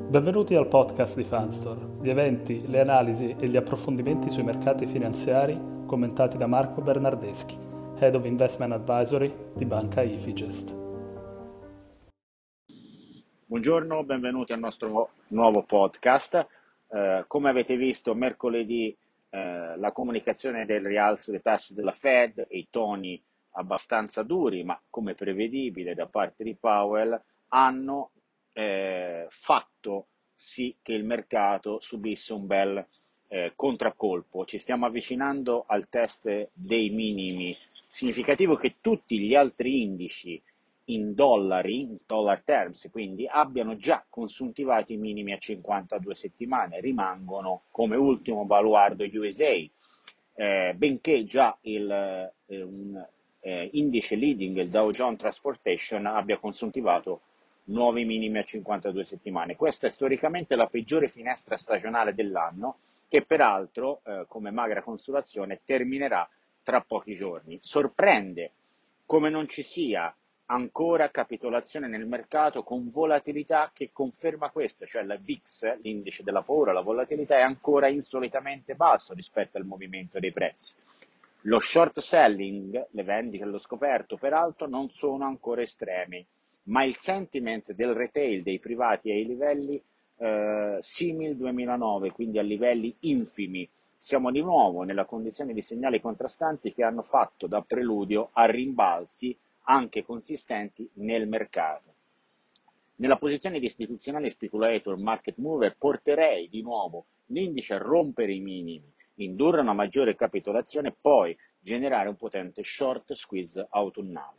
Benvenuti al podcast di Fanstore, gli eventi, le analisi e gli approfondimenti sui mercati finanziari commentati da Marco Bernardeschi, Head of Investment Advisory di Banca Ifigest. Buongiorno, benvenuti al nostro nuovo podcast. Come avete visto, mercoledì la comunicazione del rialzo dei tassi della Fed e i toni abbastanza duri, ma come prevedibile da parte di Powell, hanno fatto sì che il mercato subisse un bel contraccolpo. Ci stiamo avvicinando al test dei minimi, significativo che tutti gli altri indici in dollari, in dollar terms, quindi abbiano già consuntivato i minimi a 52 settimane, rimangono come ultimo baluardo USA, benché già un indice leading, il Dow Jones Transportation, abbia consuntivato nuovi minimi a 52 settimane. Questa è storicamente la peggiore finestra stagionale dell'anno, che peraltro, come magra consolazione, terminerà tra pochi giorni. Sorprende come non ci sia ancora capitolazione nel mercato con volatilità che conferma questo, cioè la VIX, l'indice della paura, la volatilità è ancora insolitamente basso rispetto al movimento dei prezzi. Lo short selling, le vendite allo scoperto, peraltro non sono ancora estremi, ma il sentiment del retail dei privati ai livelli simil 2009, quindi a livelli infimi. Siamo di nuovo nella condizione di segnali contrastanti che hanno fatto da preludio a rimbalzi anche consistenti nel mercato. Nella posizione di istituzionale speculator market mover porterei di nuovo l'indice a rompere i minimi, indurre una maggiore capitolazione e poi generare un potente short squeeze autunnale.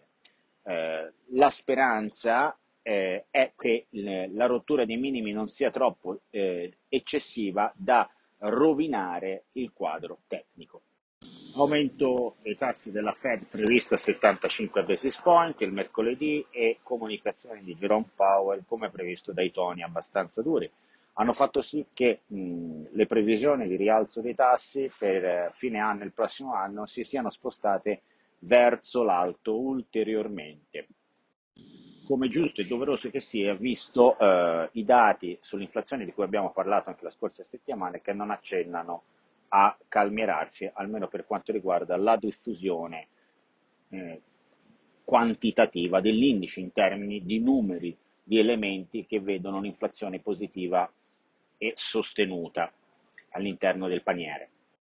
La speranza è che la rottura dei minimi non sia troppo eccessiva da rovinare il quadro tecnico. Aumento dei tassi della Fed previsto a 75 basis point il mercoledì e comunicazioni di Jerome Powell come previsto dai toni abbastanza duri hanno fatto sì che le previsioni di rialzo dei tassi per fine anno e il prossimo anno si siano spostate verso l'alto ulteriormente. Come giusto e doveroso che sia, visto i dati sull'inflazione di cui abbiamo parlato anche la scorsa settimana, che non accennano a calmierarsi, almeno per quanto riguarda la diffusione eh, quantitativa dell'indice in termini di numeri di elementi che vedono un'inflazione positiva e sostenuta all'interno del paniere.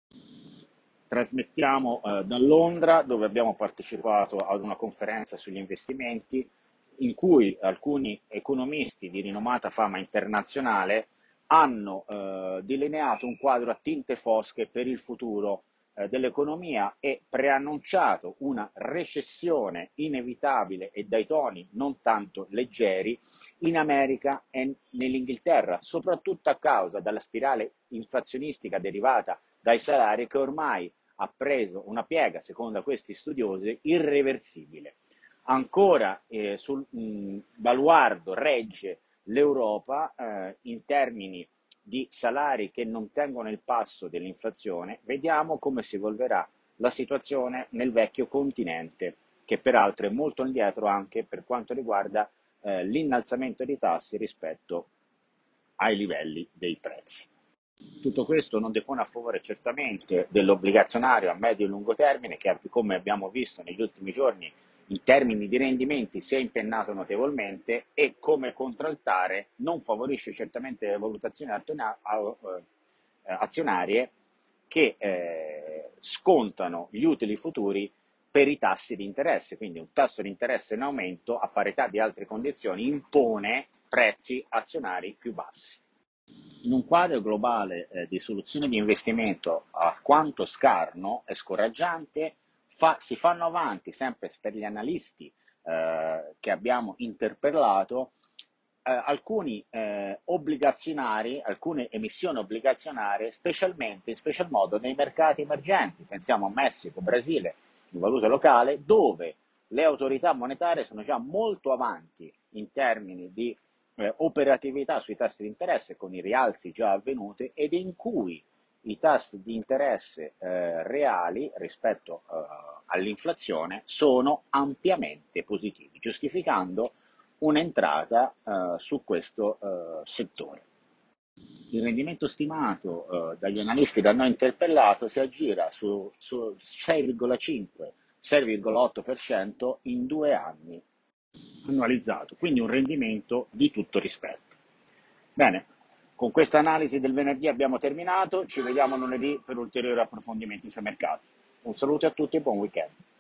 Trasmettiamo da Londra, dove abbiamo partecipato ad una conferenza sugli investimenti in cui alcuni economisti di rinomata fama internazionale hanno delineato un quadro a tinte fosche per il futuro dell'economia e preannunciato una recessione inevitabile e dai toni non tanto leggeri in America e nell'Inghilterra, soprattutto a causa della spirale inflazionistica derivata dai salari che ormai ha preso una piega, secondo questi studiosi, irreversibile. Ancora sul baluardo regge l'Europa in termini di salari che non tengono il passo dell'inflazione. Vediamo come si evolverà la situazione nel vecchio continente, che peraltro è molto indietro anche per quanto riguarda l'innalzamento dei tassi rispetto ai livelli dei prezzi. Tutto questo non depone a favore certamente dell'obbligazionario a medio e lungo termine che, come abbiamo visto negli ultimi giorni, in termini di rendimenti si è impennato notevolmente e come contraltare non favorisce certamente le valutazioni azionarie che scontano gli utili futuri per i tassi di interesse. Quindi un tasso di interesse in aumento a parità di altre condizioni impone prezzi azionari più bassi. In un quadro globale di soluzioni di investimento alquanto scarno e scoraggiante, si fanno avanti, sempre per gli analisti che abbiamo interpellato, alcuni obbligazionari, alcune emissioni obbligazionarie, specialmente, in special modo nei mercati emergenti, pensiamo a Messico, Brasile, in valuta locale, dove le autorità monetarie sono già molto avanti in termini di operatività sui tassi di interesse con i rialzi già avvenuti ed in cui i tassi di interesse reali rispetto all'inflazione sono ampiamente positivi, giustificando un'entrata su questo settore. il rendimento stimato dagli analisti da noi interpellato si aggira su 6,5-6,8% in 2 anni annualizzato, quindi un rendimento di tutto rispetto. Bene, con questa analisi del venerdì abbiamo terminato, ci vediamo lunedì per ulteriori approfondimenti sui mercati. Un saluto a tutti e buon weekend.